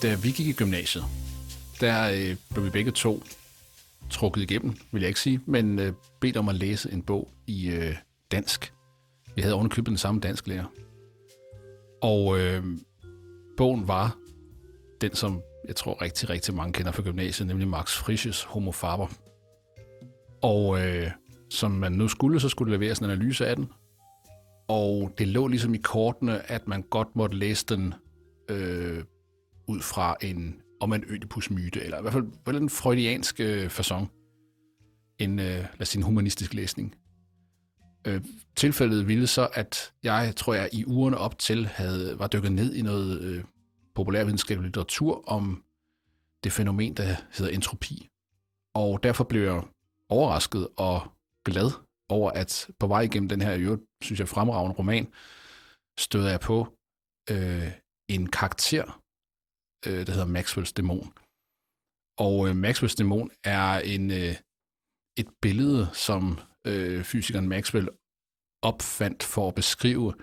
Da vi gik i gymnasiet, der blev vi begge to trukket igennem, vil jeg ikke sige, men bedt om at læse en bog i dansk. Vi havde ovenikøbet den samme dansklærer. Og bogen var den, som jeg tror rigtig, rigtig mange kender fra gymnasiet, nemlig Max Frisch's Homo Faber. Og som man nu skulle, så skulle leveres en analyse af den. Og det lå ligesom i kortene, at man godt måtte læse den ud fra om en Ødipus-myte, eller i hvert fald på en freudiansk facon, lad os sige, en humanistisk læsning. Tilfældet ville så, at jeg i ugerne op til var dykket ned i noget populærvidenskabelig litteratur om det fænomen, der hedder entropi. Og derfor blev jeg overrasket og glad over, at på vej igennem den her, synes jeg, fremragende roman, støder jeg på en karakter, der hedder Maxwells dæmon. Og Maxwells dæmon er et billede, som fysikeren Maxwell opfandt for at beskrive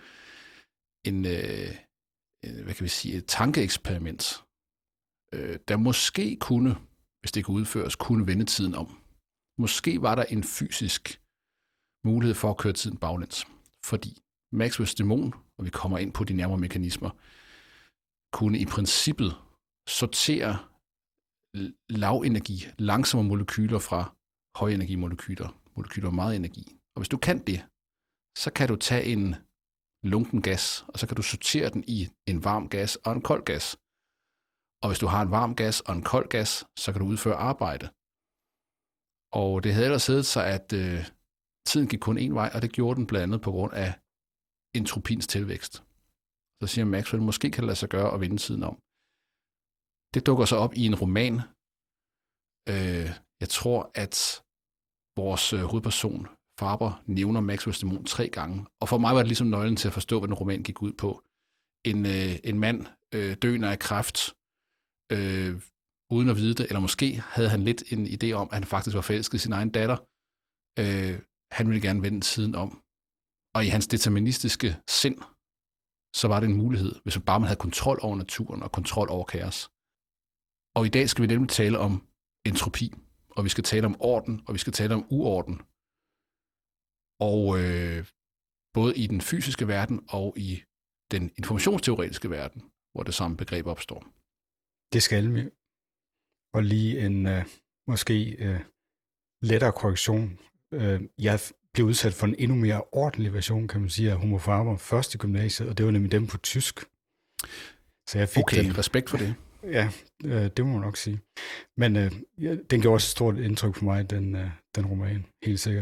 et tankeeksperiment, der måske kunne, hvis det kunne udføres, kunne vende tiden om. Måske var der en fysisk mulighed for at køre tiden baglæns, fordi Maxwells dæmon, og vi kommer ind på de nærmere mekanismer, kunne i princippet sortere lavenergi, langsomme molekyler fra højenergimolekyler, molekyler med meget energi. Og hvis du kan det, så kan du tage en lunken gas, og så kan du sortere den i en varm gas og en kold gas. Og hvis du har en varm gas og en kold gas, så kan du udføre arbejde. Og det havde ellers siddet sig, at tiden gik kun en vej, og det gjorde den blandt andet på grund af entropiens tilvækst. Så siger Maxwell, måske kan det lade sig gøre at vende tiden om. Det dukker så op i en roman. Jeg tror, at vores hovedperson, Faber, nævner Maxwells dæmon 3 gange. Og for mig var det ligesom nøglen til at forstå, hvad den roman gik ud på. En mand døende af kræft, uden at vide det, eller måske havde han lidt en idé om, at han faktisk var forelsket i sin egen datter. Han ville gerne vende tiden om. Og i hans deterministiske sind, så var det en mulighed, hvis bare man havde kontrol over naturen og kontrol over kaos. Og i dag skal vi nemlig tale om entropi, og vi skal tale om orden, og vi skal tale om uorden. Og både i den fysiske verden og i den informationsteoretiske verden, hvor det samme begreb opstår. Det skal vi. Og lige en måske lettere korrektion. Jeg blev udsat for en endnu mere ordentlig version, kan man sige, af Homo Faber først i gymnasiet, og det var nemlig dem på tysk. Så jeg fik respekt for det. Ja, det må man nok sige. Men den gjorde også et stort indtryk på mig, den roman, helt sikkert.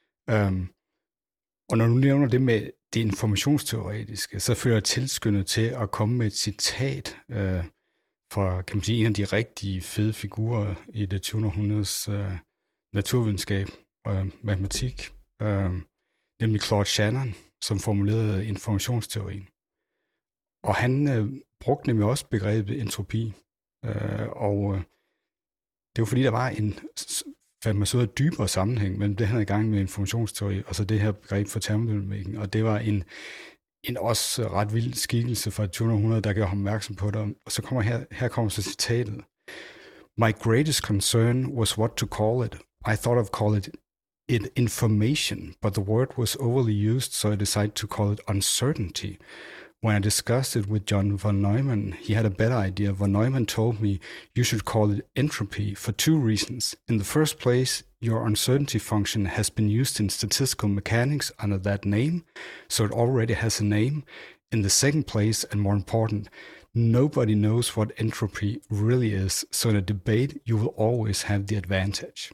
Og når du nævner det med det informationsteoretiske, så føler jeg tilskyndet til at komme med et citat fra, kan man sige, en af de rigtig fede figurer i det 20. århundredes naturvidenskab og matematik, nemlig Claude Shannon, som formulerede informationsteorien. Og han brugte nemlig også begrebet entropi, og det var fordi, der var fandt man så et dybere sammenhæng mellem det, han havde i gang med informationsteori, og så det her begreb for termodynamikken, og det var en også ret vild skikkelse fra 20. århundrede, der gjorde ham opmærksom på det, og så kommer her kommer så citatet. My greatest concern was what to call it. I thought of calling it information, but the word was overly used, so I decided to call it uncertainty. When I discussed it with John von Neumann, he had a better idea. Von Neumann told me you should call it entropy for 2 reasons. In the first place, your uncertainty function has been used in statistical mechanics under that name, so it already has a name. In the second place, and more important, nobody knows what entropy really is, so in a debate, you will always have the advantage.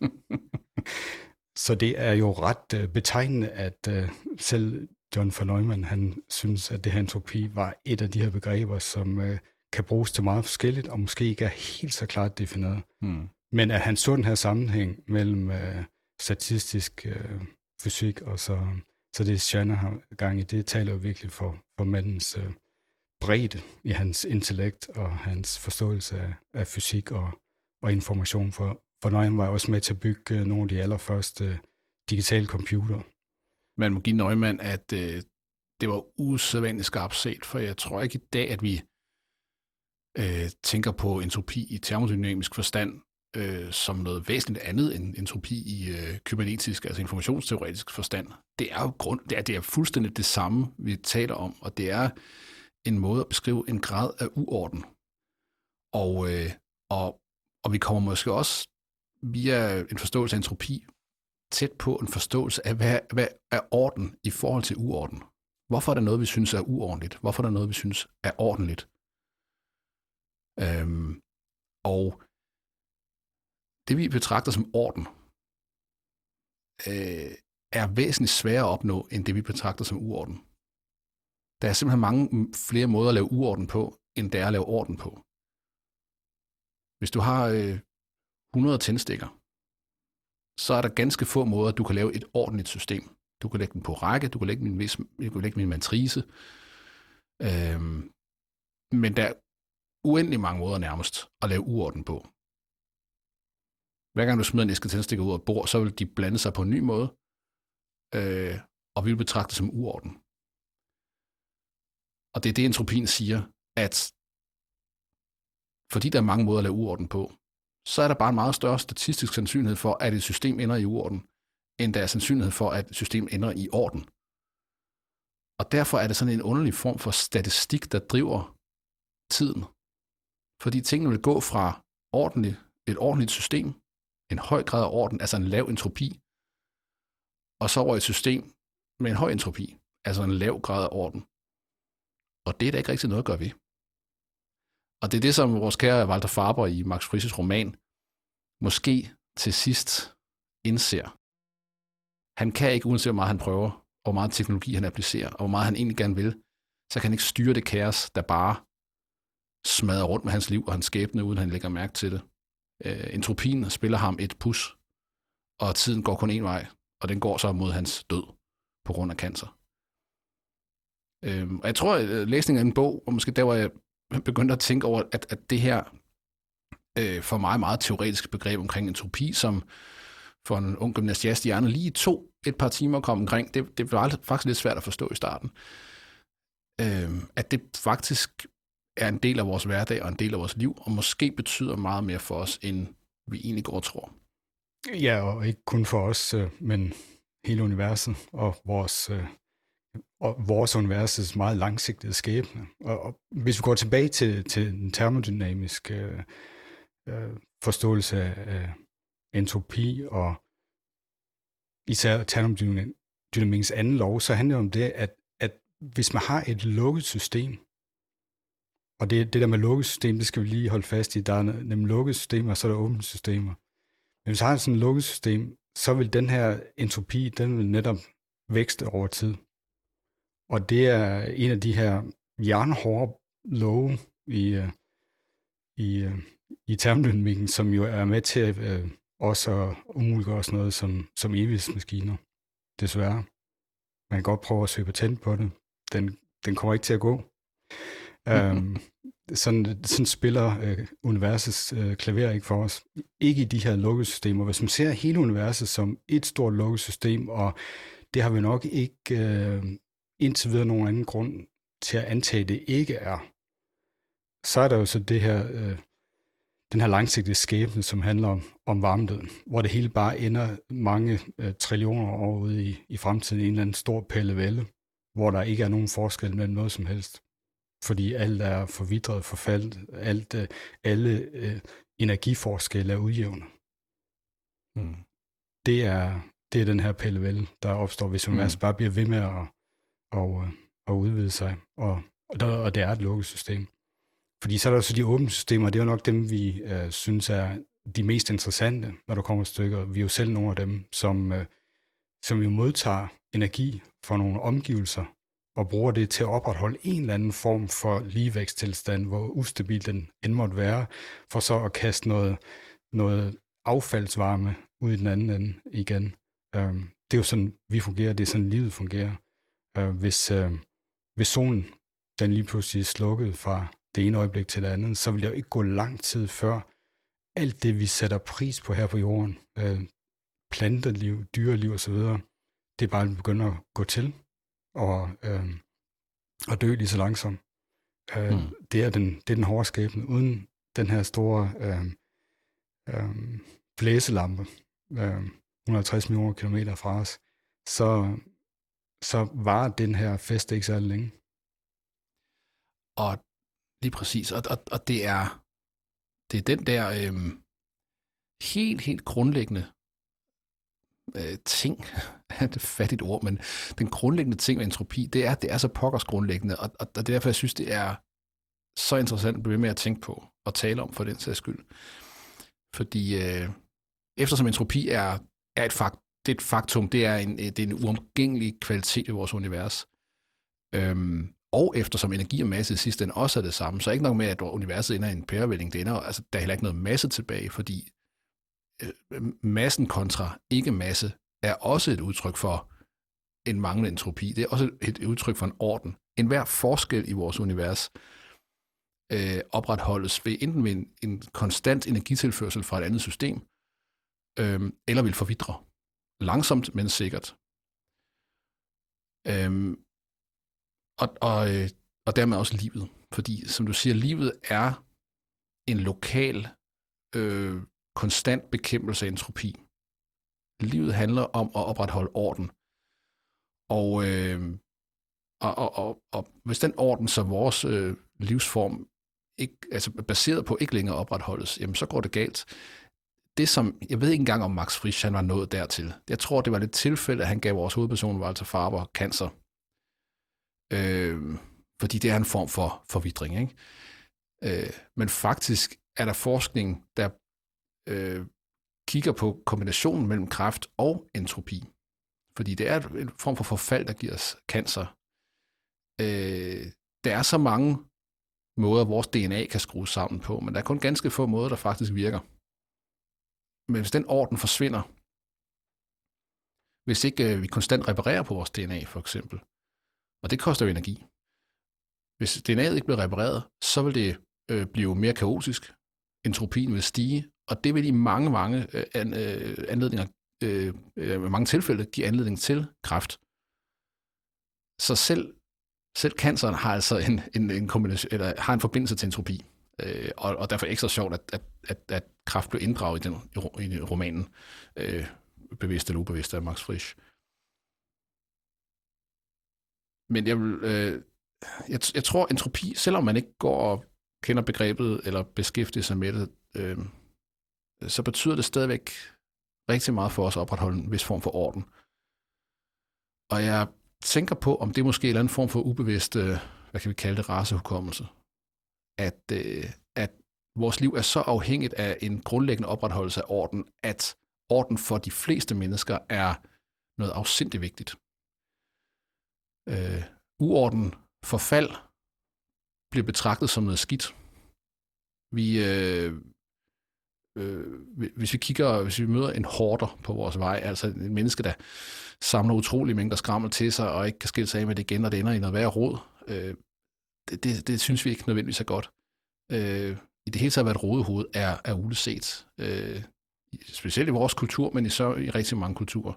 Så det er jo ret betegnende, at selv John von Neumann, han synes, at det her entropi var et af de her begreber, som kan bruges til meget forskelligt, og måske ikke er helt så klart defineret. Men at han så den her sammenhæng mellem statistisk fysik, og så det Shannon har gang i, det taler jo virkelig for mandens bredde i hans intellekt, og hans forståelse af fysik og information. For Neumann var også med til at bygge nogle af de allerførste digitale computer. Man må give Neumann, at det var usædvanligt skarpt set, for jeg tror ikke i dag, at vi tænker på entropi i termodynamisk forstand som noget væsentligt andet end entropi i kybernetisk, altså informationsteoretisk forstand. Det er jo det er fuldstændig det samme, vi taler om, og det er en måde at beskrive en grad af uorden. Og vi kommer måske også via en forståelse af entropi tæt på en forståelse af, hvad er orden i forhold til uorden. Hvorfor er der noget, vi synes er uordentligt? Hvorfor er der noget, vi synes er ordentligt? Og det, vi betragter som orden, er væsentligt sværere at opnå, end det, vi betragter som uorden. Der er simpelthen mange flere måder at lave uorden på, end der er at lave orden på. Hvis du har 100 tændstikker, så er der ganske få måder, du kan lave et ordentligt system. Du kan lægge dem på række, du kan lægge dem i en matrice, men der er uendelig mange måder nærmest at lave uorden på. Hver gang du smider en æske tændstikker ud af et bord, så vil de blande sig på en ny måde, og vi vil betragte det som uorden. Og det er det, entropien siger, at fordi der er mange måder at lave uorden på, så er der bare en meget større statistisk sandsynlighed for, at et system ender i uorden, end der er sandsynlighed for, at et system ender i orden. Og derfor er det sådan en underlig form for statistik, der driver tiden. Fordi tingene vil gå fra et ordentligt system, en høj grad af orden, altså en lav entropi, og så over et system med en høj entropi, altså en lav grad af orden. Og det er der ikke rigtig noget at gøre ved. Og det er det, som vores kære Walter Faber i Max Frises roman måske til sidst indser. Han kan ikke, uanset hvor meget han prøver, og hvor meget teknologi han applicerer, og hvor meget han egentlig gerne vil, så kan han ikke styre det kaos, der bare smadrer rundt med hans liv og hans skæbne, uden han lægger mærke til det. Entropien spiller ham et pus, og tiden går kun en vej, og den går så mod hans død på grund af cancer. Og jeg tror, at læsningen af en bog, og måske der, hvor jeg begyndte at tænke over, at det her for mig meget teoretiske begreb omkring entropi, som for en ung gymnasiast hjerne lige tog et par timer at komme omkring, det var faktisk lidt svært at forstå i starten. At det faktisk er en del af vores hverdag og en del af vores liv, og måske betyder meget mere for os, end vi egentlig går og tror. Ja, og ikke kun for os, men hele universet og vores universets meget langsigtede skæbne. Og hvis vi går tilbage til den termodynamiske forståelse af entropi og især termodynamikkens anden lov, så handler det om det, at hvis man har et lukket system, og det der med lukket system, det skal vi lige holde fast i, der er nemlig lukkede systemer, og så er der åbne systemer. Men hvis man har sådan et lukket system, så vil den her entropi, den vil netop vækste over tid. Og det er en af de her jernhårde love i termodynamikken, som jo er med til også at umuliggøre sådan noget som evighedsmaskiner. Desværre. Man kan godt prøve at søge patent på det. Den kommer ikke til at gå. Sådan spiller universets klaver ikke for os. Ikke i de her lukkede systemer. Hvis man ser hele universet som et stort lukket system, og det har vi nok ikke indtil videre nogen anden grund til at antage, det ikke er, så er der jo så det her, den her langsigtede skæbne, som handler om varmedøden, hvor det hele bare ender mange trillioner år ude i fremtiden i en eller anden stor pellevælde, hvor der ikke er nogen forskel mellem noget som helst. Fordi alt er forvitret, forfaldt, alle energiforskelle er udjævnet. Det er den her pellevælde, der opstår, hvis universet bare bliver ved med at udvide sig, og det er et lukket system. Fordi så er der så de åbne systemer, det er jo nok dem, vi synes er de mest interessante, når der kommer stykker. Vi er jo selv nogle af dem, som jo modtager energi fra nogle omgivelser, og bruger det til at opretholde en eller anden form for ligevæksttilstand, hvor ustabil den end måtte være, for så at kaste noget affaldsvarme ud i den anden ende igen. Det er jo sådan, vi fungerer, det er sådan, livet fungerer. Hvis solen den lige pludselig slukkede fra det ene øjeblik til det andet, så vil det jo ikke gå lang tid før alt det, vi sætter pris på her på jorden, planteliv, dyreliv osv., det er bare begynder at gå til og dø lige så langsomt. Det er den hårde skæbne. Uden den her store blæselampe, 150 millioner kilometer fra os, så var den her fest ikke særlig længe. Og lige præcis, og det er den der helt grundlæggende ting, det er et fattigt ord, men den grundlæggende ting med entropi, det er så pokkers grundlæggende, og det er derfor, jeg synes, det er så interessant at blive med at tænke på og tale om for den sags skyld. Fordi eftersom entropi er et faktum, det er en uomgængelig kvalitet i vores univers. Og eftersom energi og masse i sidste ende også er det samme, så er ikke nok med, at universet ender i en pærevælling. Der er heller ikke noget masse tilbage, fordi massen kontra ikke-masse er også et udtryk for en manglende entropi. Det er også et udtryk for en orden. Enhver forskel i vores univers opretholdes ved enten ved en konstant energitilførsel fra et andet system, eller vil forvidre. Langsomt, men sikkert. Og dermed også livet. Fordi, som du siger, livet er en lokal, konstant bekæmpelse af entropi. Livet handler om at opretholde orden. Og hvis den orden, så vores livsform ikke, altså baseret på, ikke længere opretholdes, jamen så går det galt. Det som, jeg ved ikke engang, om Max Frisch han var nået dertil. Jeg tror, det var lidt tilfælde, at han gav vores hovedperson, Walter Faber, cancer. Fordi det er en form for forvidring, ikke? Men faktisk er der forskning, der kigger på kombinationen mellem kræft og entropi. Fordi det er en form for forfald, der giver os cancer. Der er så mange måder, vores DNA kan skrues sammen på, men der er kun ganske få måder, der faktisk virker. Men hvis den orden forsvinder, hvis ikke vi konstant reparerer på vores DNA, for eksempel, og det koster jo energi. Hvis DNA'et ikke bliver repareret, så vil det blive mere kaotisk. Entropien vil stige, og det vil i mange anledninger, mange tilfælde, give anledning til kræft. Så selv canceren har altså en kombination, eller har en forbindelse til entropi, og derfor er det ekstra sjovt, at kræft blev inddraget i romanen, bevidst eller ubevidst af Max Frisch. Men jeg tror, entropi, selvom man ikke går og kender begrebet eller beskæftiger sig med det, så betyder det stadigvæk rigtig meget for os at opretholde en vis form for orden. Og jeg tænker på, om det måske er en eller anden form for ubevidst, hvad kan vi kalde det, racehukommelse. At vores liv er så afhængigt af en grundlæggende opretholdelse af orden, at orden for de fleste mennesker er noget afsindigt vigtigt. Uorden, forfald, bliver betragtet som noget skidt. Hvis vi møder en horder på vores vej, altså en menneske, der samler utrolige mængder skrammel til sig, og ikke kan skille sig af med det igen, og det ender i noget værre rod, det synes vi ikke nødvendigvis er godt. I det hele taget, hvad et rodehoved er uleset. Specielt i vores kultur, men i rigtig mange kulturer.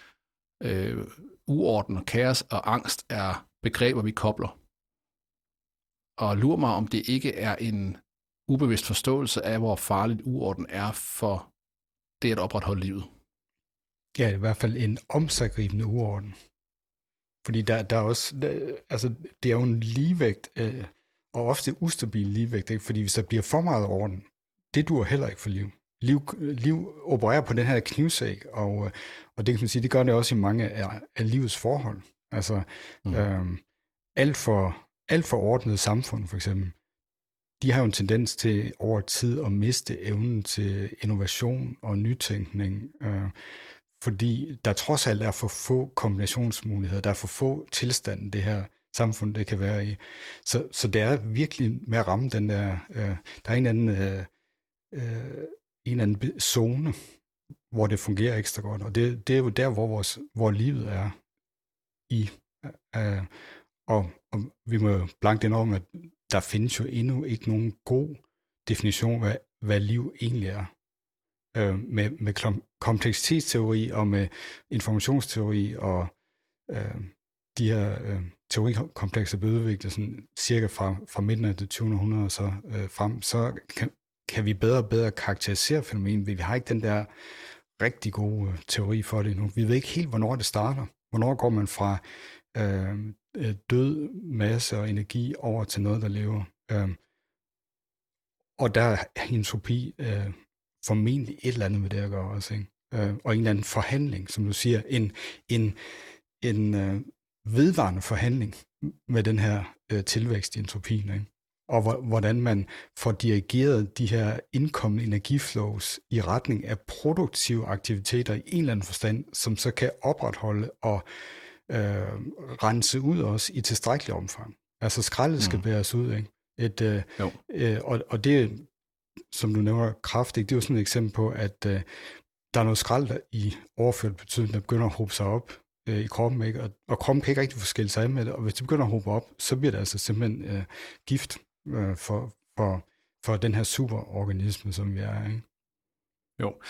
Uorden, kaos og angst er begreber, vi kobler. Og lurer mig, om det ikke er en ubevidst forståelse af, hvor farligt uorden er for det at opretholde livet. Ja, i hvert fald en omsaggribende uorden. Fordi der er også, det er jo en ligevægt, og ofte ustabil ligevægt, ikke? Fordi hvis der bliver for meget orden, det duer heller ikke for liv. Liv opererer på den her knivsæg, og det kan man sige, det gør det også i mange af livets forhold. Altså, alt for ordnede samfund, for eksempel, de har jo en tendens til over tid at miste evnen til innovation og nytænkning, fordi der trods alt er for få kombinationsmuligheder, der er for få tilstande, det her samfund, det kan være i. Så det er virkelig med at ramme den der, der er en anden zone, hvor det fungerer ekstra godt, og det er jo der, hvor livet er i. Og vi må blankt indrømme, at der findes jo endnu ikke nogen god definition af, hvad liv egentlig er. Med kompleksitetsteori og med informationsteori og de her teorikomplekser blev udviklet sådan cirka fra midten af det 20. århundrede og så frem, så kan vi bedre og bedre karakterisere fænomenet. Vi har ikke den der rigtig gode teori for det nu. Vi ved ikke helt, hvornår det starter. Hvornår går man fra død masse og energi over til noget, der lever. Og der er entropi formentlig et eller andet med det at gøre også, ikke? Og en eller anden forhandling, som du siger, en vedvarende forhandling med den her tilvækst i entropien, ikke? Og hvordan man får dirigeret de her indkommende energiflows i retning af produktive aktiviteter i en eller anden forstand, som så kan opretholde og rense ud også i tilstrækkelig omfang. Altså skraldet skal bæres ud, ikke? Og det, som du nævner kraftigt, det er jo sådan et eksempel på, at der er noget skrald, der i overført betydning, der begynder at hobe sig op i kroppen, ikke? Og kroppen kan ikke rigtig forskelle sig af med det, og hvis det begynder at hobe op, så bliver det altså simpelthen gift for den her superorganisme, som vi er, ikke? Jo,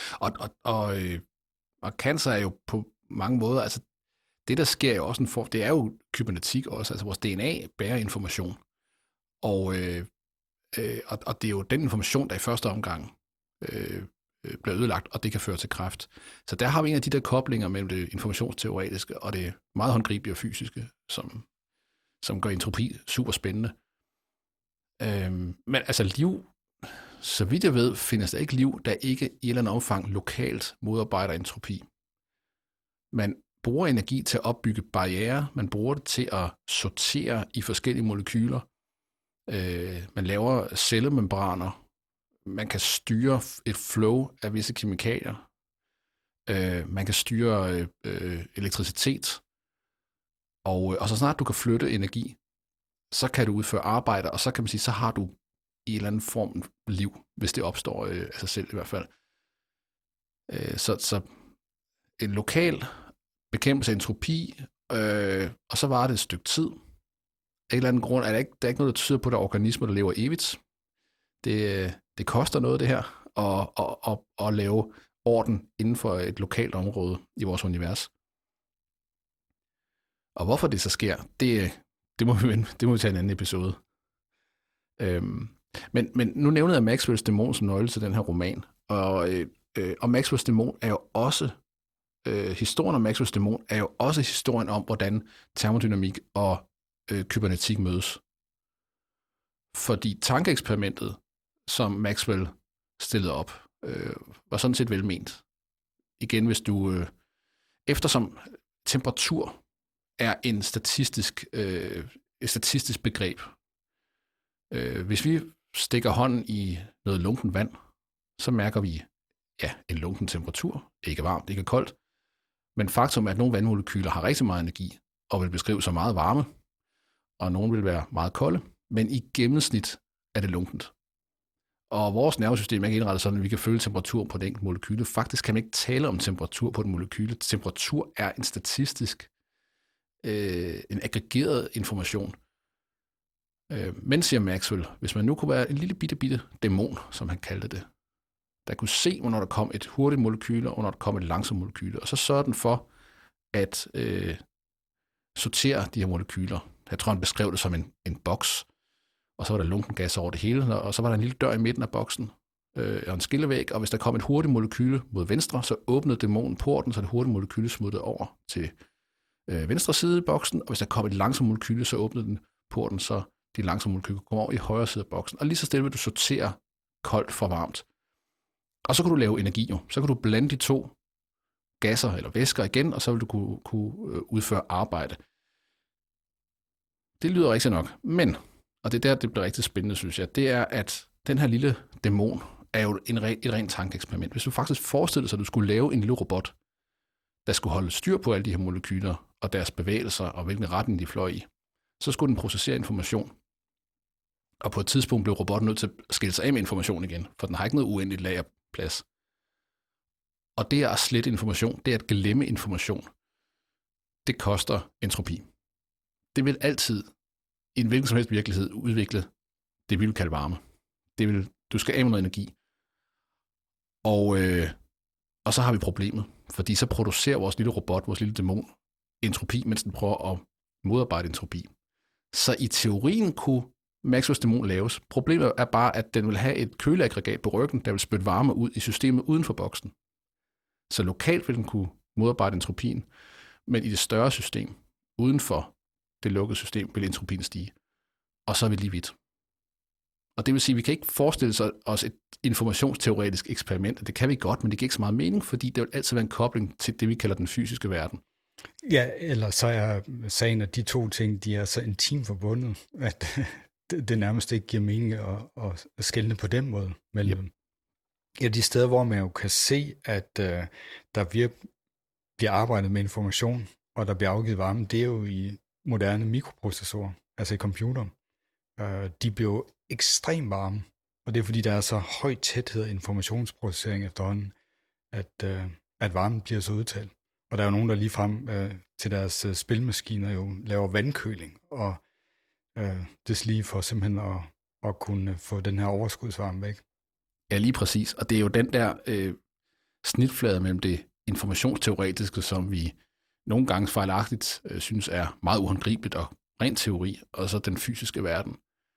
og cancer er jo på mange måder, altså det, der sker jo også en form, det er jo kybernetik også, altså vores DNA bærer information, og det er jo den information, der i første omgang bliver ødelagt, og det kan føre til kræft. Så der har vi en af de der koblinger mellem det informationsteoretiske og det meget håndgribelige og fysiske, som gør entropi super spændende. Men altså liv, så vidt jeg ved, findes der ikke liv, der ikke i et eller andet omfang lokalt modarbejder entropi. Man bruger energi til at opbygge barrierer, man bruger det til at sortere i forskellige molekyler, man laver cellemembraner, man kan styre et flow af visse kemikalier, man kan styre elektricitet, og så snart du kan flytte energi, så kan du udføre arbejde, og så kan man sige, så har du i en eller anden form liv, hvis det opstår af sig selv i hvert fald. Så en lokal bekæmpelse af entropi, og så var det et stykke tid. Af en eller anden grund er der er ikke noget, der tyder på, at der er organismer, der lever evigt. Det koster noget, det her, at lave orden inden for et lokalt område i vores univers. Og hvorfor det så sker, det må vi tage en anden episode. Men nu nævnede jeg Maxwells dæmon som nøgle til den her roman, og Maxwells dæmon er jo også, historien om Maxwells dæmon er jo også historien om, hvordan termodynamik og kybernetik mødes. Fordi tankeeksperimentet, som Maxwell stillede op, var sådan set velment. Igen, hvis du, eftersom temperatur er et statistisk begreb. Hvis vi stikker hånden i noget lunken vand, så mærker vi, en lunken temperatur. Ikke varmt, ikke koldt. Men faktum er, at nogle vandmolekyler har rigtig meget energi, og vil beskrive sig meget varme, og nogle vil være meget kolde, men i gennemsnit er det lunkent. Og vores nervesystem er ikke indrettet sådan, at vi kan føle temperatur på et enkelt molekyle. Faktisk kan man ikke tale om temperatur på et molekyle. Temperatur er en statistisk, en aggregeret information. Men, siger Maxwell, hvis man nu kunne være en lille bitte dæmon, som han kaldte det, der kunne se, hvornår der kom et hurtigt molekyle, og hvornår der kom et langsomt molekyle, og så sørger den for at sortere de her molekyler. Jeg tror, han beskrev det som en boks, og så var der lunken gas over det hele, og så var der en lille dør i midten af boksen, og en skillevæg, og hvis der kom et hurtigt molekyle mod venstre, så åbnede dæmonen porten, så det hurtige molekyle smuttede over til venstre side i boksen, og hvis der kom et langsomt molekyle, så åbnede den porten, så de langsomme molekyler kommer over i højre side af boksen, og lige så stille vil du sortere koldt fra varmt. Og så kan du lave energi jo. Så kan du blande de to gasser eller væsker igen, og så vil du kunne udføre arbejde. Det lyder rigtig nok, men, og det er der, det bliver rigtig spændende, synes jeg, det er, at den her lille dæmon er jo et rent tankeeksperiment. Hvis du faktisk forestiller sig, at du skulle lave en lille robot, der skulle holde styr på alle de her molekyler og deres bevægelser og hvilken retning de fløj i, så skulle den processere information. Og på et tidspunkt blev robotten nødt til at skille sig af med information igen, for den har ikke noget uendeligt lagerplads. Og det er at slette information, det er at glemme information. Det koster entropi. Det vil altid, i en hvilken som helst virkelighed, udvikle det, vi vil kalde varme. Du skal af med noget energi. Og så har vi problemet, fordi så producerer vores lille robot, vores lille dæmon, entropi, mens den prøver at modarbejde entropi. Så i teorien kunne Maxwells dæmon laves. Problemet er bare, at den vil have et køleaggregat på ryggen, der vil spytte varme ud i systemet uden for boksen. Så lokalt vil den kunne modarbejde entropien, men i det større system, uden for det lukkede system, vil entropien stige. Og så er vi lige vidt. Og det vil sige, at vi kan ikke forestille os et informationsteoretisk eksperiment. Det kan vi godt, men det giver ikke så meget mening, fordi der vil altid være en kobling til det, vi kalder den fysiske verden. Ja, eller så er sagen, at de to ting, de er så intimt forbundet, at det nærmest ikke giver mening at skelne på den måde mellem. Ja, de steder, hvor man jo kan se, at der bliver arbejdet med information, og der bliver afgivet varme, det er jo i moderne mikroprocessorer, altså i computer. De bliver jo ekstremt varme, og det er fordi, der er så høj tæthed af informationsprocessering efterhånden, at varmen bliver så udtalt. Og der er jo nogen, der ligefrem til deres spilmaskiner jo laver vandkøling, og deslige for simpelthen at kunne få den her overskudsvarme væk. Ja, lige præcis. Og det er jo den der snitflade mellem det informationsteoretiske, som vi nogle gange fejlagtigt synes er meget uhåndgribeligt og ren teori, og så den fysiske verden.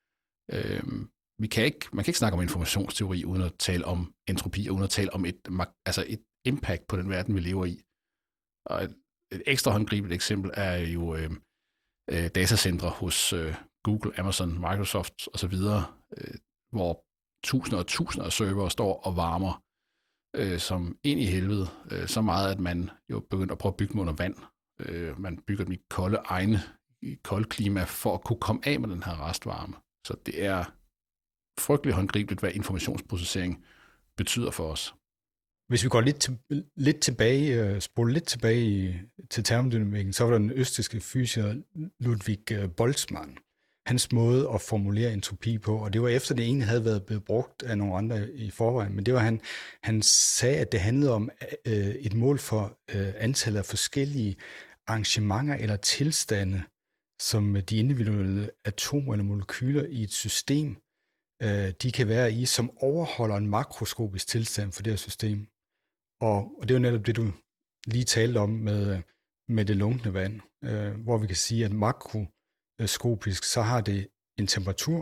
Man kan ikke snakke om informationsteori uden at tale om entropi, og uden at tale om et impact på den verden, vi lever i. Og et ekstra håndgribeligt eksempel er jo datacentre hos Google, Amazon, Microsoft osv., hvor tusinder og tusinder af servere står og varmer som ind i helvede, så meget, at man jo begynder at prøve at bygge dem under vand. Man bygger dem i kolde egne, i koldt klima, for at kunne komme af med den her restvarme. Så det er frygtelig håndgribeligt, hvad informationsprocessering betyder for os. Hvis vi går spoler lidt tilbage til termodynamikken, så var der den østrigske fysiker Ludwig Boltzmann. Hans måde at formulere entropi på, og det var efter det egentlig havde været blevet brugt af nogle andre i forvejen, men det var han sagde, at det handlede om et mål for antallet af forskellige arrangementer eller tilstande, som de individuelle atomer eller molekyler i et system, de kan være i, som overholder en makroskopisk tilstand for det her system. Og det er jo netop det, du lige talte om med det lunkne vand, hvor vi kan sige, at makroskopisk, så har det en temperatur,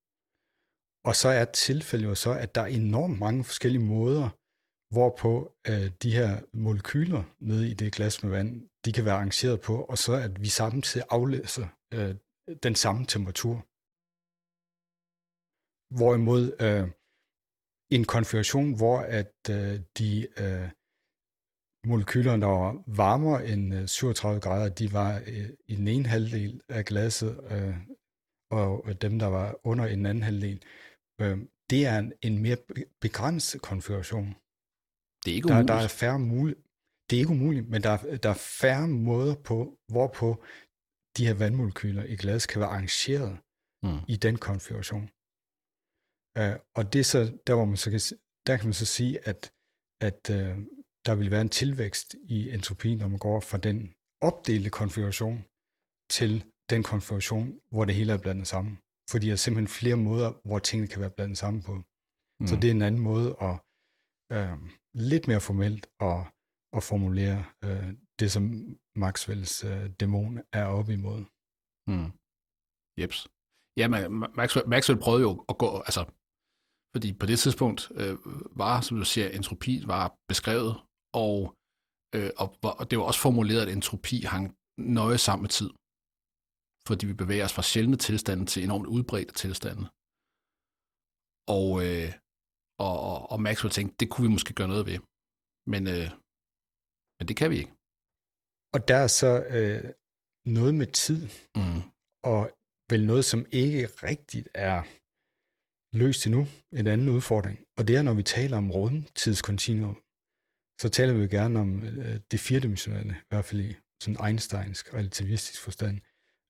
og så er tilfældet jo så, at der er enormt mange forskellige måder, hvorpå de her molekyler nede i det glas med vand, de kan være arrangeret på, og så at vi samtidig aflæser den samme temperatur. Hvorimod en konfiguration, hvor at de molekyler, der var varmere end 37 grader, de var i den ene halvdel af glasset, og dem, der var under i den anden halvdel, det er en mere begrænset konfiguration. Det er ikke umuligt. Der er færre muligheder. Det er ikke umuligt, men der er færre måder på, hvorpå de her vandmolekyler i glas kan være arrangeret i den konfiguration. Og det er så, der kan man så sige, at der vil være en tilvækst i entropien, når man går fra den opdelte konfiguration til den konfiguration, hvor det hele er blandet sammen. Fordi der er simpelthen flere måder, hvor tingene kan være blandet sammen på. Så det er en anden måde at lidt mere formelt at formulere det, som Maxwells dæmon er op imod. Jeps. Ja, Maxwell prøvede jo at gå, fordi på det tidspunkt var, som du siger, entropi var beskrevet, og det var også formuleret, at entropi hang nøje sammen med tid. Fordi vi bevæger os fra sjældne tilstande til enormt udbredte tilstande. Og Maxwell tænkte, det kunne vi måske gøre noget ved. Men det kan vi ikke. Og der er så noget med tid, og vel noget, som ikke rigtigt er løst endnu, en anden udfordring. Og det er, når vi taler om rumtidskontinuum, så taler vi jo gerne om det firedimensionelle, i hvert fald i sådan Einsteinsk relativistisk forstand.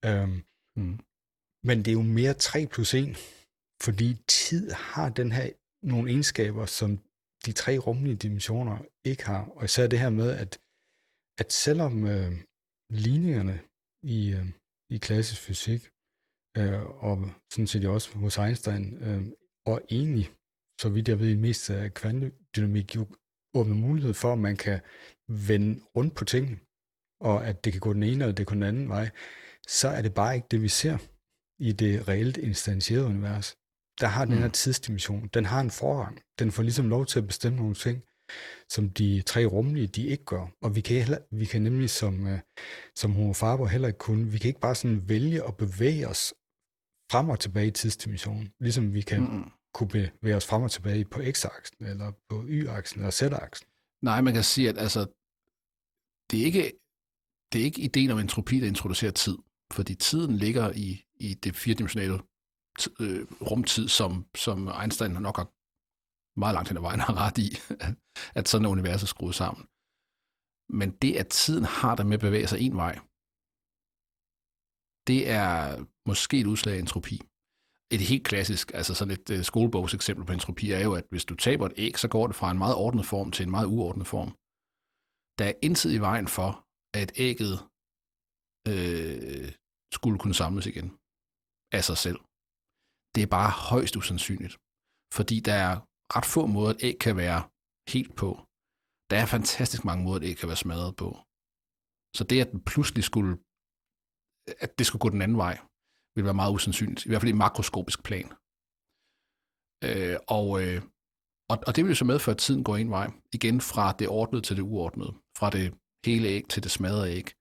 Men det er jo mere 3+1, fordi tid har den her nogle egenskaber, som de 3 rumlige dimensioner ikke har. Og især det her med, at selvom ligningerne i klassisk fysik, og sådan set også hos Einstein, og egentlig, så vidt jeg ved, mest af kvantedynamik jo åbner mulighed for, at man kan vende rundt på tingene, og at det kan gå den ene, eller det kan gå den anden vej, så er det bare ikke det, vi ser i det reelt instantiserede univers. Der har den her tidsdimension, den har en forrang. Den får ligesom lov til at bestemme nogle ting, som de 3 rumlige, de ikke gør. Og vi kan nemlig som Homo faber heller ikke kunne, vi kan ikke bare sådan vælge at bevæge os frem og tilbage i tidsdimensionen, ligesom vi kan kunne bevæge os frem og tilbage på x-aksen, eller på y-aksen, eller z-aksen. Nej, man kan sige, at altså, det er ikke ideen om entropi, der introducerer tid, fordi tiden ligger i det 4-dimensionale rumtid, som Einstein nok har meget langt hen ad vejen har ret i, at sådan er universet skruet sammen. Men det, at tiden har det med at bevæge sig en vej, det er måske et udslag af entropi. Et helt klassisk, altså sådan et skolebogseksempel på entropi er jo, at hvis du taber et æg, så går det fra en meget ordnet form til en meget uordnet form. Der er intet i vejen for, at ægget skulle kunne samles igen af sig selv. Det er bare højst usandsynligt, fordi der er ret få måder, et æg kan være helt på. Der er fantastisk mange måder, et æg kan være smadret på. Så det, at den pludselig skulle gå den anden vej, vil være meget usandsynligt. I hvert fald i makroskopisk plan. Og det vil jo så medføre, at tiden går en vej. Igen fra det ordnede til det uordnede. Fra det hele æg til det smadrede æg.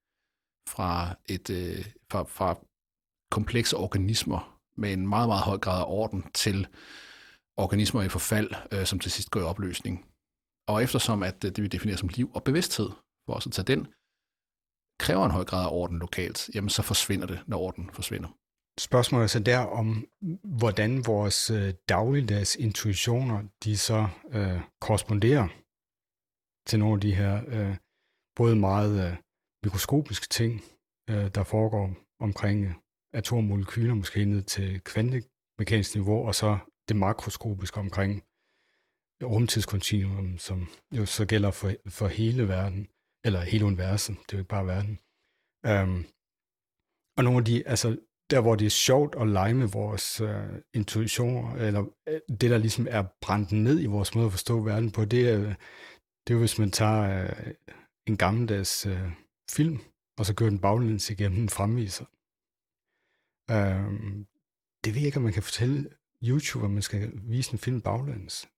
Fra komplekse organismer med en meget, meget høj grad af orden til organismer i forfald, som til sidst går i opløsning. Og eftersom at det vi definerer som liv og bevidsthed, for os at tage den, kræver en høj grad af orden lokalt, jamen så forsvinder det, når orden forsvinder. Spørgsmålet er så der om, hvordan vores dagligdags intuitioner, de så korresponderer til nogle af de her både meget mikroskopiske ting, der foregår omkring atommolekyler, måske ned til kvantemekanisk niveau, og så det makroskopiske omkring rumtidskontinuum, som jo så gælder for hele verden, eller hele universet, det er jo ikke bare verden. Og nogle af de, altså der hvor det er sjovt at lege med vores intuitioner, eller det der ligesom er brændt ned i vores måde at forstå verden på, det er jo hvis man tager en gammeldags film, og så kører den baglæns igennem en fremviser. Det ved jeg ikke, om man kan fortælle YouTube, at man skal vise en film baglæns.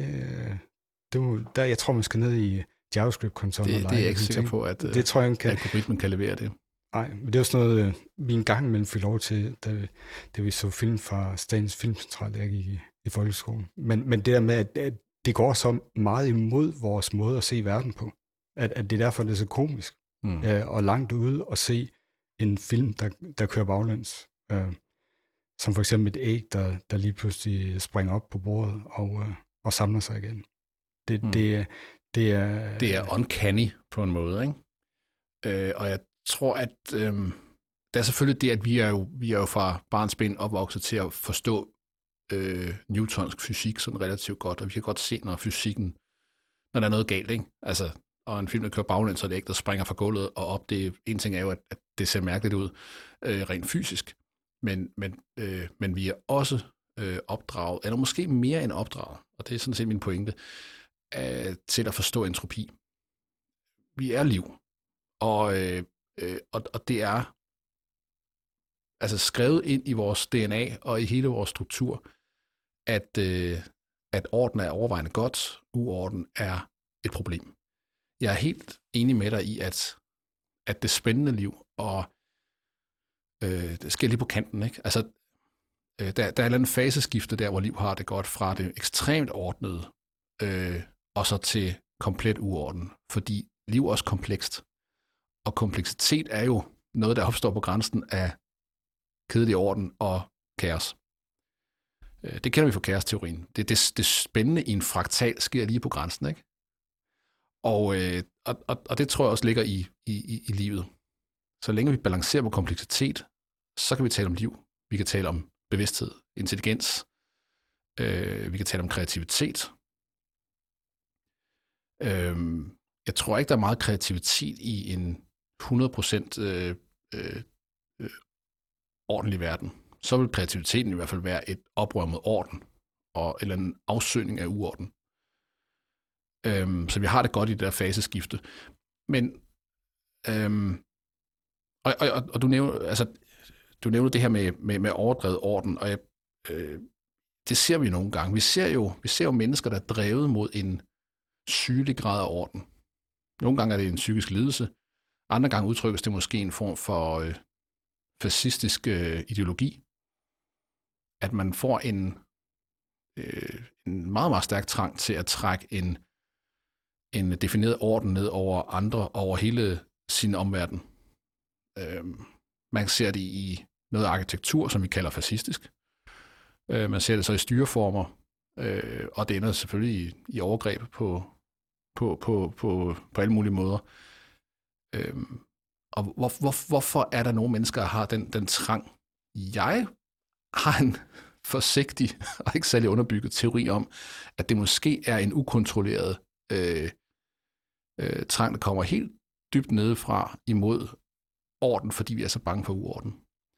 Jeg tror, man skal ned i JavaScript-konsollen og lege. Det er jeg ikke sikker på, at algoritmen kan levere det. Nej, men det er jo sådan noget, vi en gang imellem fik lov til, da vi så film fra Statens Filmcentral, der gik i folkeskolen. Men det der med, at det går så meget imod vores måde at se verden på, at det er derfor, det er så komisk. Og langt ude at se en film, der kører baglæns. Som for eksempel et æg, der lige pludselig springer op på bordet og samler sig igen. Det er uncanny på en måde, ikke? Og jeg tror, at der er selvfølgelig det, at vi er jo fra barnsben opvokset til at forstå newtonsk fysik sådan relativt godt, og vi kan godt se, når der er noget galt, ikke? Altså, og en film, der kører baglæns, så er det ikke, der springer fra gulvet og op. En ting er jo, at det ser mærkeligt ud rent fysisk, men vi er også opdraget, eller måske mere end opdraget, og det er sådan set min pointe, til at forstå entropi. Vi er liv, og det er altså skrevet ind i vores DNA og i hele vores struktur, at orden er overvejende godt, uorden er et problem. Jeg er helt enig med dig i, at det spændende liv, og det sker lige på kanten, ikke? Altså, der er et eller andet faseskifte der, hvor liv har det godt fra det ekstremt ordnede, og så til komplet uorden, fordi liv er også komplekst. Og kompleksitet er jo noget, der opstår på grænsen af kedelig orden og kaos. Det kender vi fra kaosteorien. Det spændende i en fraktal sker lige på grænsen, ikke? Og det tror jeg også ligger i livet. Så længe vi balancerer på kompleksitet, så kan vi tale om liv. Vi kan tale om bevidsthed, intelligens. Vi kan tale om kreativitet. Jeg tror ikke, der er meget kreativitet i en 100% ordentlig verden. Så vil kreativiteten i hvert fald være et oprør mod orden, eller en afsøgning af uorden. Så vi har det godt i det der faseskifte. Men Og du nævner det her med overdrevet orden, og det ser vi nogle gange. Vi ser jo mennesker, der er drevet mod en sygelig grad af orden. Nogle gange er det en psykisk lidelse, andre gange udtrykkes det måske en form for fascistisk ideologi, at man får en meget, meget stærk trang til at trække en defineret orden ned over andre, over hele sin omverden. Man ser det i noget arkitektur, som vi kalder fascistisk. Man ser det så i styreformer, og det ender selvfølgelig i overgreb på alle mulige måder. Og hvorfor er der nogle mennesker, der har den trang? Jeg har en forsigtig og ikke særlig underbygget teori om, at det måske er en ukontrolleret trang, der kommer helt dybt nedefra imod orden, fordi vi er så bange for uorden.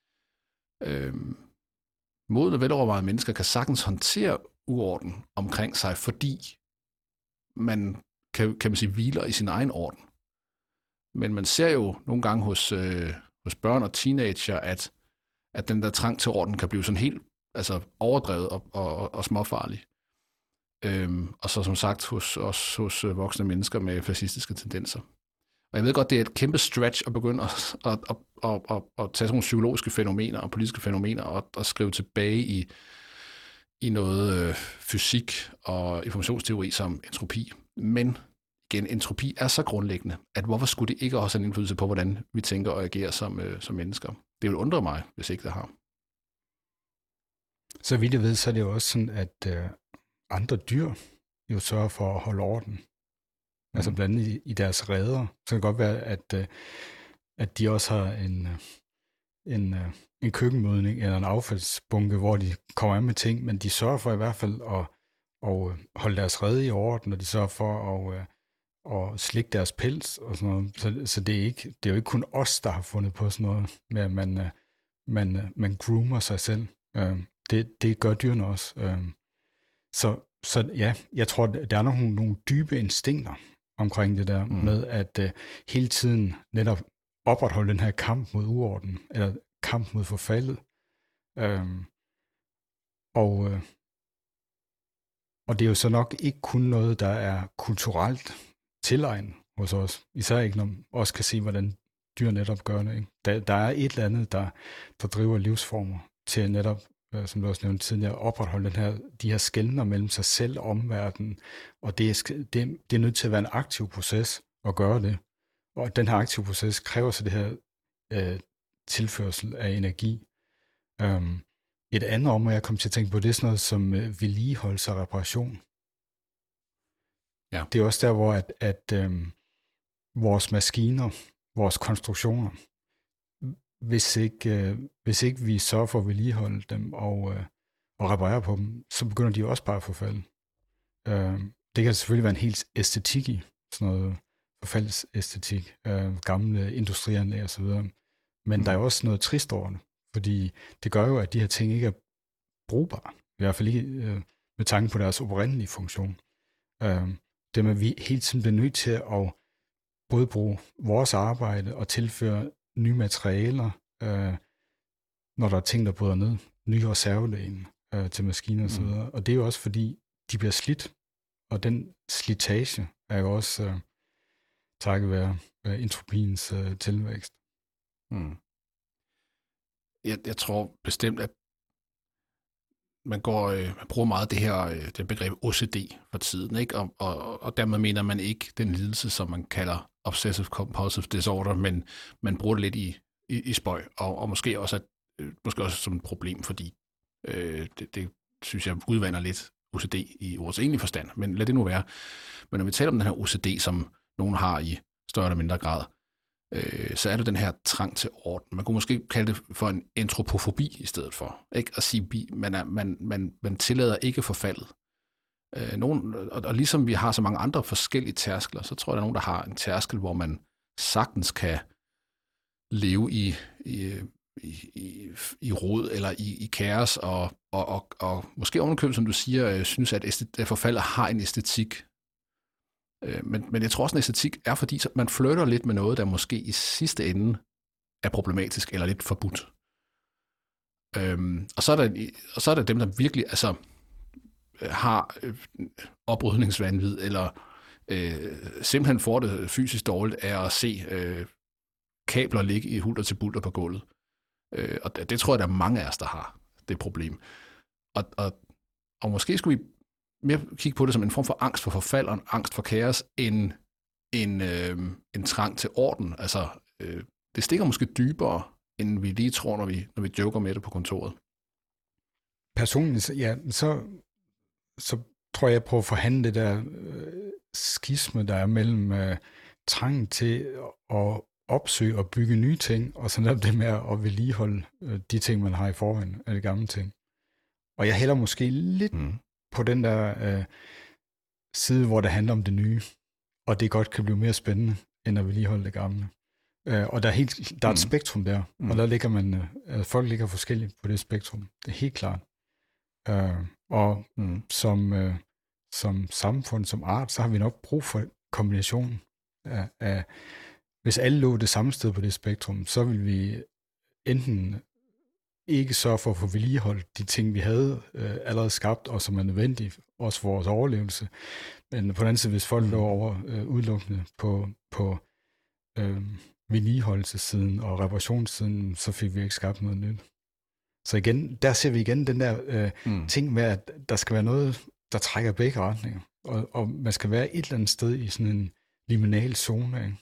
Modne, velovervejede mennesker kan sagtens håndtere uorden omkring sig, fordi man kan man sige, hviler i sin egen orden. Men man ser jo nogle gange hos børn og teenager, at den der trang til orden kan blive sådan helt overdrevet og småfarlig. Og så som sagt hos voksne mennesker med fascistiske tendenser. Og jeg ved godt, det er et kæmpe stretch at begynde at tage sådan nogle psykologiske fænomener og politiske fænomener og skrive tilbage i noget fysik og informationsteori som entropi. Men igen, entropi er så grundlæggende, at hvorfor skulle det ikke også have en indflydelse på, hvordan vi tænker og agerer som mennesker? Det vil undre mig, hvis ikke det har. Så vidt jeg ved, så er det jo også sådan, at andre dyr jo sørger for at holde orden. Altså blandt andet i deres reder. Så kan det godt være, at de også har en køkkenmodning eller en affaldsbunke, hvor de kommer af med ting, men de sørger for i hvert fald at holde deres rede i orden, og de sørger for at slikke deres pels og sådan noget. Så det er jo ikke kun os, der har fundet på sådan noget med, at man groomer sig selv. Det gør dyrene også. Så ja, jeg tror, der er nogle dybe instinkter omkring det der med at hele tiden netop opretholde den her kamp mod uorden, eller kamp mod forfaldet. Og det er jo så nok ikke kun noget, der er kulturelt tilegnet hos os. Især ikke, når man også kan se, hvordan dyr netop gør det. Ikke? Der er et eller andet, der driver livsformer til netop, som du også nævnte tidligere, opretholde de her skelner mellem sig selv og omverdenen. Og det er nødt til at være en aktiv proces at gøre det. Og den her aktive proces kræver så det her tilførsel af energi. Et andet område, jeg kom til at tænke på, det er sådan noget som vedligeholdelse og reparation. Ja. Det er også der, hvor at vores maskiner, vores konstruktioner, hvis ikke vi sørger for at vedligeholde dem og reparere på dem, så begynder de også bare at forfalde. Det kan selvfølgelig være en helt æstetik i, sådan noget forfaldsæstetik, gamle industrianlæg og så videre. Men der er også noget trist over det, fordi det gør jo, at de her ting ikke er brugbare. I hvert fald ikke med tanke på deres oprindelige funktion. Det med, at vi hele tiden bliver nødt til at både bruge vores arbejde og tilføre nye materialer, når der er ting, der bryder ned, nye reservedele til maskiner og så videre. Og det er jo også fordi, de bliver slidt, og den slitage er jo også takket være entropiens tilvækst. Jeg tror bestemt, at man bruger meget det begreb OCD for tiden, ikke? Og dermed mener man ikke den lidelse, som man kalder obsessive compulsive disorder, men man bruger det lidt i spøj, og måske også som et problem, fordi det synes jeg udvander lidt OCD i ordets egentlige forstand, men lad det nu være. Men når vi taler om den her OCD, som nogen har i større eller mindre grad, så er det den her trang til orden. Man kunne måske kalde det for en entropofobi i stedet for. Ikke? At sige, man tillader ikke forfaldet. Og ligesom vi har så mange andre forskellige tærskler, så tror jeg, der er nogen, der har en tærskel, hvor man sagtens kan leve i rod eller i kaos, og måske ovenikøbet, som du siger, synes, at forfaldet har en æstetik. Men jeg tror også, en æstetik er, fordi man flytter lidt med noget, der måske i sidste ende er problematisk eller lidt forbudt. Og så er der dem, der virkelig har oprydningsvanvid, eller simpelthen får det fysisk dårligt af at se kabler ligge i hulter til bulter på gulvet. Og det tror jeg, der er mange af os, der har det problem. Og måske skulle vi mere kigge på det som en form for angst for forfald og en angst for kaos, end en trang til orden. Altså, det stikker måske dybere, end vi lige tror, når vi joker med det på kontoret. Personligt, ja, så tror jeg på at forhandle det der skisme, der er mellem trangen til at opsøge og bygge nye ting, og sådan det med at vedligeholde de ting, man har i forvejen, af de gamle ting. Og jeg hælder måske lidt på den der side, hvor det handler om det nye, og det godt kan blive mere spændende, end at vedligeholde det gamle. Og der er et spektrum der, og der ligger folk ligger forskelligt på det spektrum. Det er helt klart. Som samfund, som art, så har vi nok brug for kombinationen af hvis alle lå det samme sted på det spektrum, så vil vi enten ikke sørge for at få vedligeholdt de ting, vi havde allerede skabt, og som er nødvendige, også for vores overlevelse. Men på den anden side, hvis folk lå over udelukkende på vedligeholdelsessiden og reparationssiden, så fik vi ikke skabt noget nyt. Så igen, der ser vi igen den der ting med, at der skal være noget, der trækker begge retninger. Og man skal være et eller andet sted i sådan en liminal zone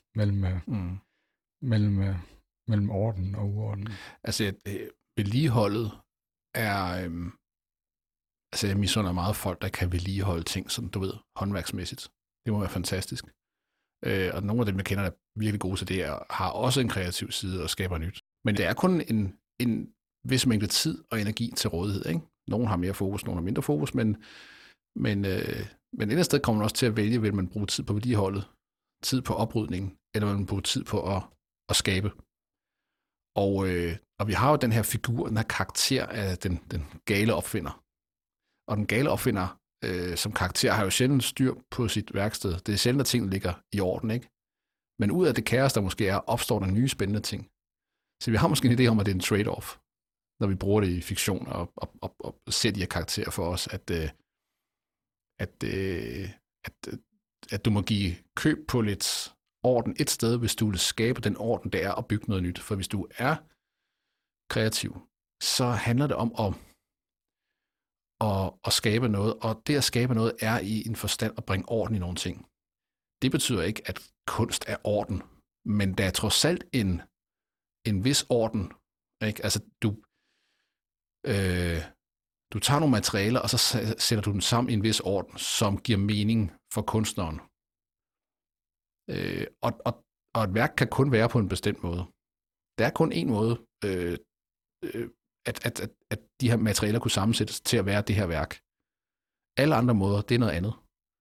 mellem orden og uorden. Altså, vedligeholdet er... jeg misunder meget folk, der kan vedligeholde ting, sådan du ved, håndværksmæssigt. Det må være fantastisk. Og nogle af dem, jeg kender, der er virkelig gode til det, har også en kreativ side og skaber nyt. Men det er kun en vis mængde tid og energi til rådighed, ikke? Nogle har mere fokus, nogle har mindre fokus, men et eller andet sted kommer man også til at vælge, vil man bruge tid på vedligeholdet, tid på oprydningen, eller vil man bruge tid på at skabe. Og vi har jo den her figur, den her karakter af den gale opfinder. Og den gale opfinder som karakter har jo sjældent styr på sit værksted. Det er sjældent, at tingene ligger i orden, ikke? Men ud af det kaos, der måske er, opstår der nye spændende ting. Så vi har måske en idé om, at det er en trade-off, når vi bruger det i fiktion og ser de her karakterer for os, at du må give køb på lidt orden et sted, hvis du vil skabe den orden, det er at bygge noget nyt. For hvis du er kreativ, så handler det om at skabe noget, og det at skabe noget er i en forstand at bringe orden i nogle ting. Det betyder ikke, at kunst er orden, men der er trods alt en vis orden. Ikke? Altså, du tager nogle materialer, og så sætter du dem sammen i en vis orden, som giver mening for kunstneren. Og et værk kan kun være på en bestemt måde. Der er kun én måde, at de her materialer kunne sammensættes til at være det her værk. Alle andre måder, det er noget andet.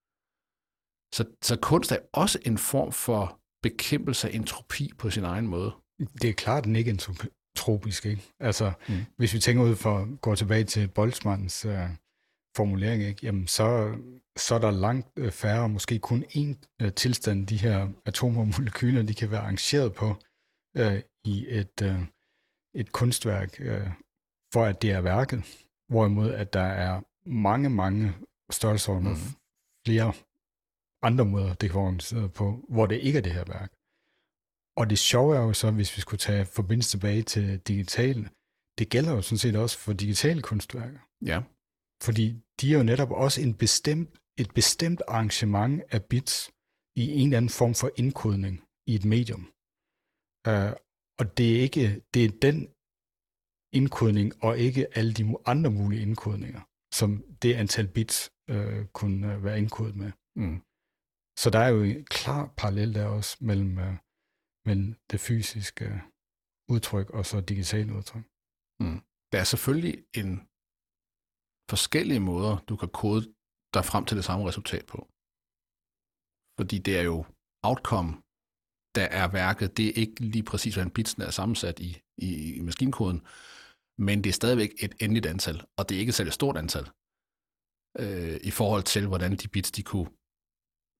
Så kunst er også en form for bekæmpelse af entropi på sin egen måde. Det er klart, den ikke er entropisk, ikke? Altså, hvis vi tænker ud for går tilbage til Boltzmanns formulering, ikke? Jamen, så er der langt færre, måske kun én tilstand, de her atomer og molekyler, de kan være arrangeret på i et kunstværk, for at det er værket. Hvorimod, at der er mange størrelser flere andre måder, det kan være organiseret på, hvor det ikke er det her værk. Og det sjove er jo så, hvis vi skulle tage forbindelse tilbage til digitale, det gælder jo sådan set også for digitale kunstværker. Ja. Fordi de er jo netop også et bestemt arrangement af bits i en eller anden form for indkodning i et medium. Og det er den indkodning, og ikke alle de andre mulige indkodninger, som det antal bits kunne være indkodet med. Så der er jo en klar parallel der også mellem det fysiske udtryk og så digitale udtryk. Der er selvfølgelig en forskellige måder, du kan kode dig frem til det samme resultat på. Fordi det er jo outcome, der er værket. Det er ikke lige præcis, hvordan bitsen er sammensat i maskinkoden, men det er stadigvæk et endeligt antal, og det er ikke et særligt stort antal i forhold til, hvordan de bits, de kunne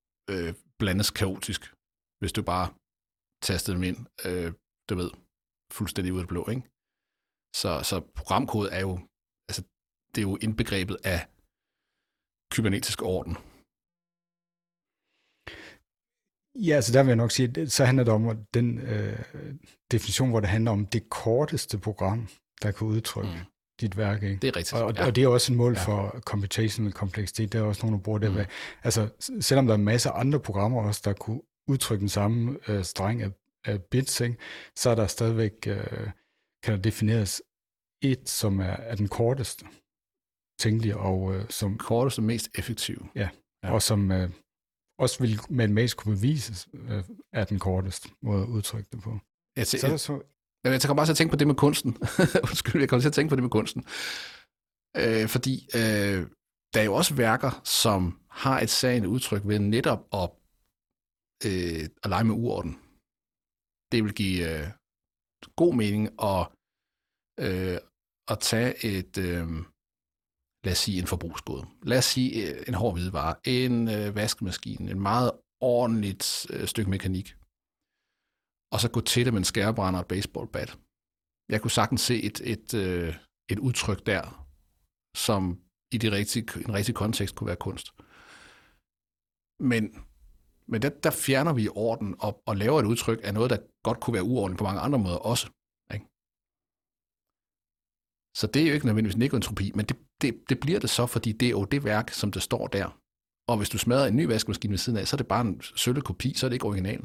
blandes kaotisk, hvis du bare tastede dem ind, fuldstændig ud af det blå, ikke? Så programkode er jo, altså, det er jo indbegrebet af kybernetisk orden. Ja, så der vil jeg nok sige, så handler det om den definition, hvor det handler om det korteste program, der kan udtrykke dit værk. Ikke? Det er rigtigt. Og det er også et mål for computational kompleksitet. Der er også nogen, der bruger det. Altså, selvom der er en masse andre programmer også, der kunne udtrykke den samme streng af bits, ikke? Så er der stadigvæk, kan der defineres et, som er den korteste tænkelige, og som... Korteste og mest effektive. Ja, og som også vil matematisk kunne bevises, er den korteste måde at udtrykke det på. Jeg kommer bare til at tænke på det med kunsten. Undskyld, jeg kommer til at tænke på det med kunsten. Fordi der er jo også værker, som har et sagende udtryk ved netop at lege med uorden. Det vil give god mening at tage et, lad os sige en forbrugsgode. Lad os sige en hård hvidevare, en vaskemaskine, en meget ordentligt stykke mekanik. Og så gå til det med en skærebrænder og et baseballbat. Jeg kunne sagtens se et udtryk der, som i en rigtig kontekst kunne være kunst. Men der fjerner vi orden og laver et udtryk af noget, der godt kunne være uordentligt på mange andre måder også. Ikke? Så det er jo ikke nødvendigvis nekoentropi, men det bliver det så, fordi det er jo det værk, som det står der. Og hvis du smadrer en ny vaskemaskine ved siden af, så er det bare en sølle kopi, så er det ikke originalen.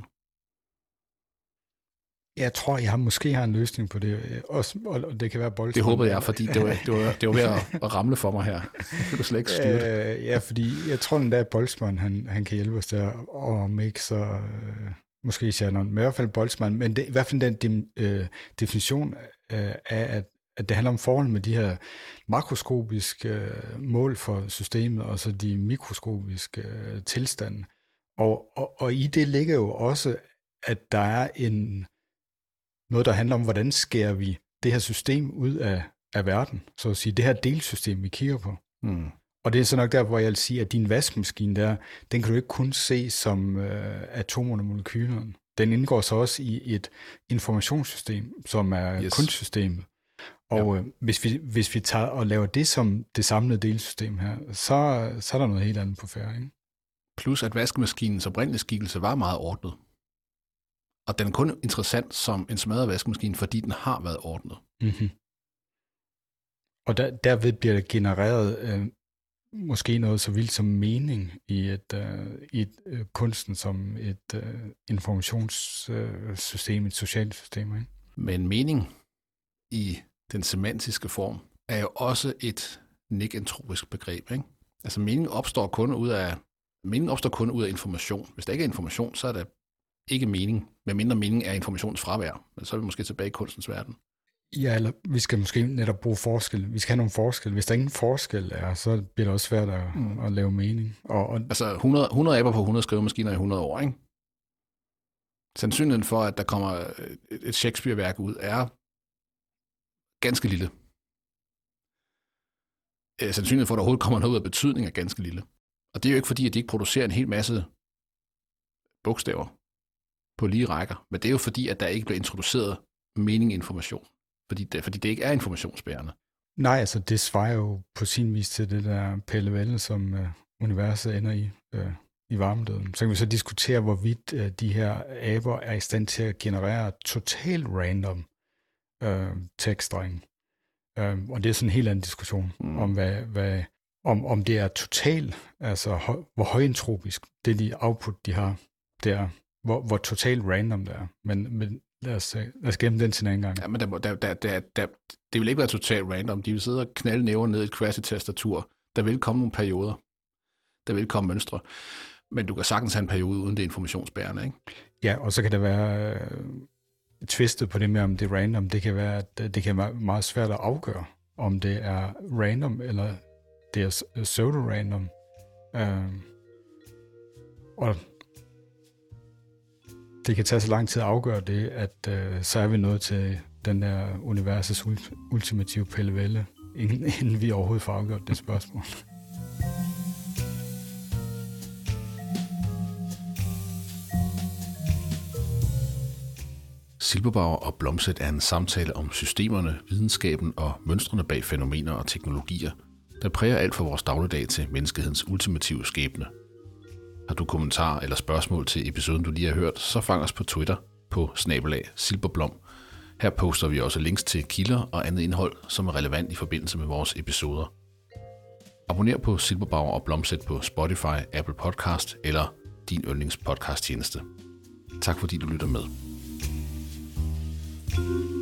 Jeg tror, jeg måske har en løsning på det, også, og det kan være Boltzmann. Det håbede jeg, fordi det var ved at ramle for mig her. Det du slet ikke styre det. Ja, fordi jeg tror, den der Boltzmann, han kan hjælpe os der, og om ikke så måske Shannon, men i hvert fald Boltzmann, men det, i hvert fald den definition af, at det handler om forholdet med de her makroskopiske mål for systemet, og så de mikroskopiske tilstande. Og i det ligger jo også, at der er noget, der handler om, hvordan skærer vi det her system ud af verden. Så at sige, det her delsystem, vi kigger på. Og det er så nok der, hvor jeg vil sige, at din vaskemaskine der, den kan du ikke kun se som atomerne og molekylerne. Den indgår så også i et informationssystem, som er kunstsystemet. Og hvis vi tager og laver det som det samlede delsystem her, så er der noget helt andet på færde, ikke? Plus at vaskemaskinens oprindelige skikkelse var meget ordnet. Og den er kun interessant som en smadret vaskemaskine, fordi den har været ordnet. Mm-hmm. Og derved bliver der genereret måske noget så vildt som mening i et kunsten som et informationssystem, et socialt system. Ikke? Men mening i den semantiske form er jo også et nekentropisk begreb. Ikke? Altså mening opstår kun ud af information. Hvis der ikke er information, så er der ikke mening, medmindre mening er informationsfravær. Men så er vi måske tilbage i kunstens verden. Ja, eller vi skal måske netop bruge forskel. Vi skal have nogle forskel. Hvis der ingen forskel er, så bliver det også svært at lave mening. Altså 100 aber på 100 skrivemaskiner i 100 år, ikke? Sandsynligheden for, at der kommer et Shakespeare-værk ud, er ganske lille. Sandsynligheden for, at der overhovedet kommer noget ud af betydning, er ganske lille. Og det er jo ikke fordi, at de ikke producerer en hel masse bogstaver på lige rækker, men det er jo fordi, at der ikke bliver introduceret mening-information, fordi det ikke er informationsbærende. Nej, altså det svarer jo på sin vis til det der pællevælle, som universet ender i varmedøden. Så kan vi så diskutere, hvorvidt de her aber er i stand til at generere totalt random tekststrenge. Og det er sådan en helt anden diskussion om, om det er totalt, altså hvor højentropisk det de output, de har, det er, hvor totalt random det er. Men lad os gemme den til en anden gang. Ja, men det vil ikke være totalt random. De vil sidde og knalde næver ned i et quasi-tastatur. Der vil komme nogle perioder. Der vil komme mønstre. Men du kan sagtens have en periode uden det informationsbærende, ikke? Ja, og så kan det være twistet på det med, om det er random. Det kan være, at det kan være meget svært at afgøre, om det er random, eller det er pseudo-random. Og det kan tage så lang tid at afgøre det, at så er vi nået til den der universets ultimative pillevælde, inden vi overhovedet får afgjort det spørgsmål. Silberbauer og Blomstedt er en samtale om systemerne, videnskaben og mønstrene bag fænomener og teknologier, der præger alt fra vores dagligdag til menneskehedens ultimative skæbne. Har du kommentarer eller spørgsmål til episoden, du lige har hørt, så fang os på Twitter på @silberblom. Her poster vi også links til kilder og andet indhold, som er relevant i forbindelse med vores episoder. Abonner på Silberbauer og Blomstedt på Spotify, Apple Podcast eller din yndlingspodcast tjeneste. Tak fordi du lytter med.